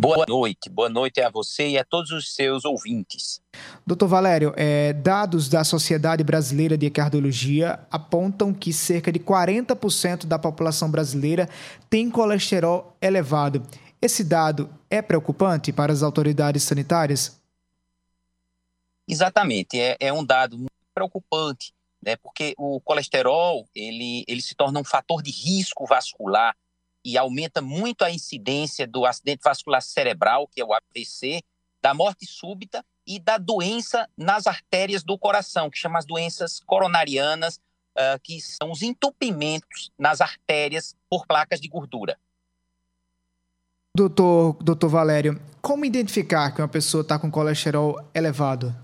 Boa noite a você e a todos os seus ouvintes. Doutor Valério, dados da Sociedade Brasileira de Cardiologia apontam que cerca de 40% da população brasileira tem colesterol elevado. Esse dado é preocupante para as autoridades sanitárias? Exatamente, é um dado muito preocupante, né? Porque o colesterol ele se torna um fator de risco vascular e aumenta muito a incidência do acidente vascular cerebral, que é o AVC, da morte súbita e da doença nas artérias do coração, que chama as doenças coronarianas, que são os entupimentos nas artérias por placas de gordura. Doutor Valério, como identificar que uma pessoa está com colesterol elevado?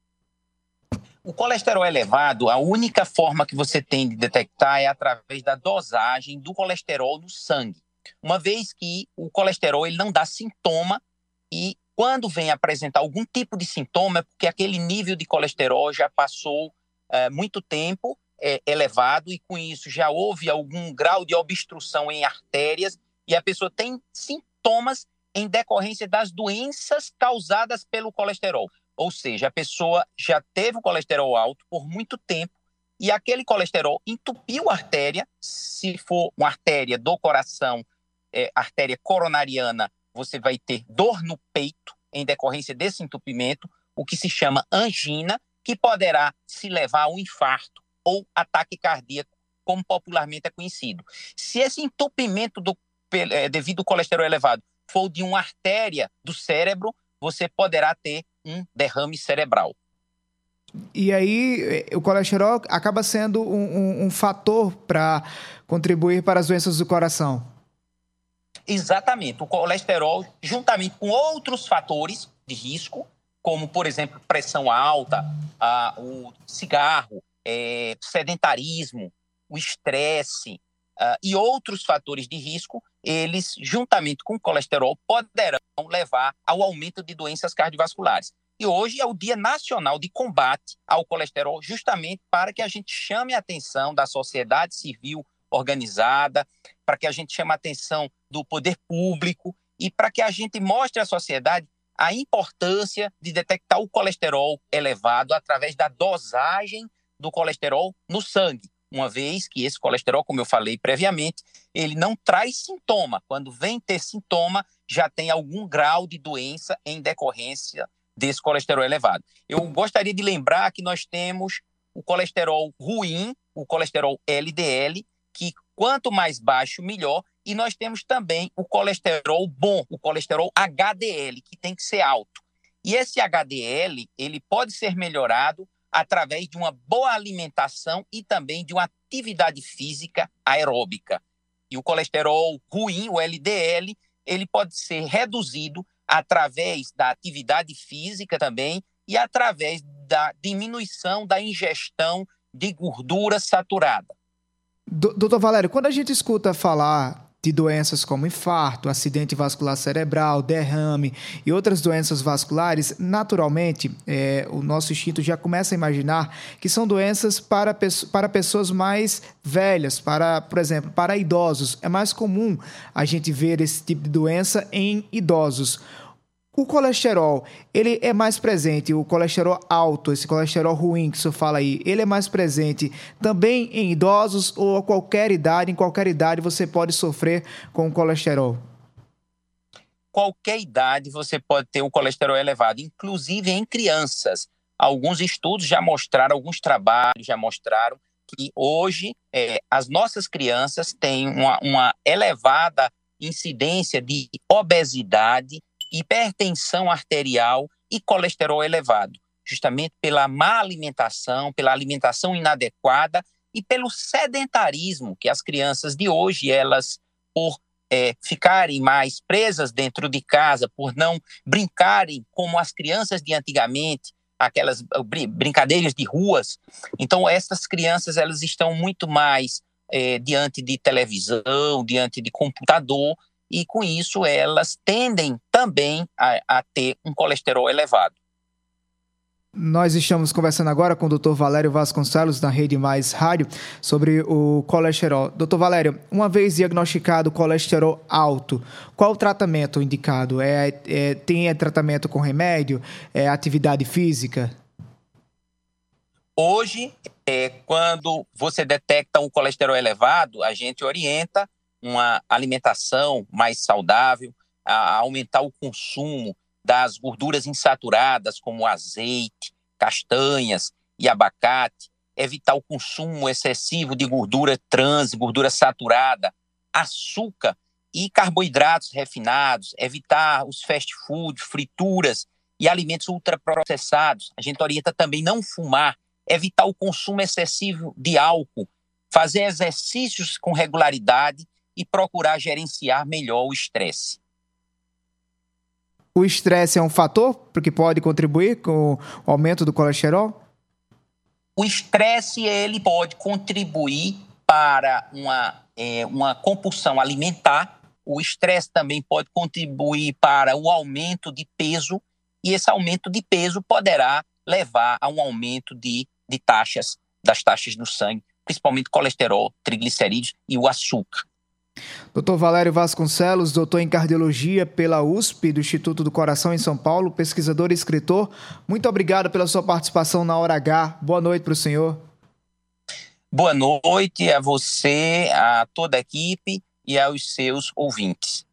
O colesterol elevado, a única forma que você tem de detectar é através da dosagem do colesterol no sangue. Uma vez que o colesterol ele não dá sintoma e quando vem apresentar algum tipo de sintoma é porque aquele nível de colesterol já passou muito tempo elevado e com isso já houve algum grau de obstrução em artérias e a pessoa tem sintomas em decorrência das doenças causadas pelo colesterol. Ou seja, a pessoa já teve o colesterol alto por muito tempo e aquele colesterol entupiu a artéria. Se for uma artéria do coração, artéria coronariana, você vai ter dor no peito em decorrência desse entupimento, o que se chama angina, que poderá se levar a um infarto ou ataque cardíaco, como popularmente é conhecido. Se esse entupimento devido ao colesterol elevado for de uma artéria do cérebro, você poderá ter um derrame cerebral. E aí, o colesterol acaba sendo um fator para contribuir para as doenças do coração. Exatamente. O colesterol, juntamente com outros fatores de risco, como, por exemplo, pressão alta, o cigarro, sedentarismo, o estresse e outros fatores de risco, eles, juntamente com o colesterol, poderão levar ao aumento de doenças cardiovasculares. E hoje é o Dia Nacional de Combate ao Colesterol, justamente para que a gente chame a atenção da sociedade civil organizada, para que a gente chame a atenção do poder público e para que a gente mostre à sociedade a importância de detectar o colesterol elevado através da dosagem do colesterol no sangue. Uma vez que esse colesterol, como eu falei previamente, ele não traz sintoma. Quando vem ter sintoma, já tem algum grau de doença em decorrência desse colesterol elevado. Eu gostaria de lembrar que nós temos o colesterol ruim, o colesterol LDL, que quanto mais baixo, melhor. E nós temos também o colesterol bom, o colesterol HDL, que tem que ser alto. E esse HDL, ele pode ser melhorado através de uma boa alimentação e também de uma atividade física aeróbica. E o colesterol ruim, o LDL, ele pode ser reduzido através da atividade física também e através da diminuição da ingestão de gordura saturada. Doutor Valério, quando a gente escuta falar de doenças como infarto, acidente vascular cerebral, derrame e outras doenças vasculares, naturalmente, o nosso instinto já começa a imaginar que são doenças para pessoas mais velhas, por exemplo, para idosos. É mais comum a gente ver esse tipo de doença em idosos. O colesterol, ele é mais presente, o colesterol alto, esse colesterol ruim que o senhor fala aí, ele é mais presente também em idosos ou a qualquer idade, em qualquer idade você pode sofrer com o colesterol? Qualquer idade você pode ter o colesterol elevado, inclusive em crianças. Alguns estudos já mostraram, alguns trabalhos já mostraram que hoje as nossas crianças têm uma elevada incidência de obesidade, hipertensão arterial e colesterol elevado, justamente pela má alimentação, pela alimentação inadequada e pelo sedentarismo que as crianças de hoje, elas, por ficarem mais presas dentro de casa, por não brincarem como as crianças de antigamente, aquelas brincadeiras de ruas. Então, essas crianças elas estão muito mais diante de televisão, diante de computador, e com isso elas tendem também a ter um colesterol elevado. Nós estamos conversando agora com o Dr. Valério Vasconcelos, na Rede Mais Rádio, sobre o colesterol. Dr. Valério, uma vez diagnosticado colesterol alto, qual o tratamento indicado? Tem tratamento com remédio? Atividade física? Hoje, quando você detecta um colesterol elevado, a gente orienta uma alimentação mais saudável, a aumentar o consumo das gorduras insaturadas, como azeite, castanhas e abacate, evitar o consumo excessivo de gordura trans, gordura saturada, açúcar e carboidratos refinados, evitar os fast food, frituras e alimentos ultraprocessados. A gente orienta também não fumar, evitar o consumo excessivo de álcool, fazer exercícios com regularidade e procurar gerenciar melhor o estresse. O estresse é um fator que pode contribuir com o aumento do colesterol? O estresse ele pode contribuir para uma compulsão alimentar. O estresse também pode contribuir para o aumento de peso e esse aumento de peso poderá levar a um aumento das taxas do sangue, principalmente colesterol, triglicerídeos e o açúcar. Dr. Valério Vasconcelos, doutor em cardiologia pela USP, do Instituto do Coração em São Paulo, pesquisador e escritor. Muito obrigado pela sua participação na Hora H. Boa noite para o senhor. Boa noite a você, a toda a equipe e aos seus ouvintes.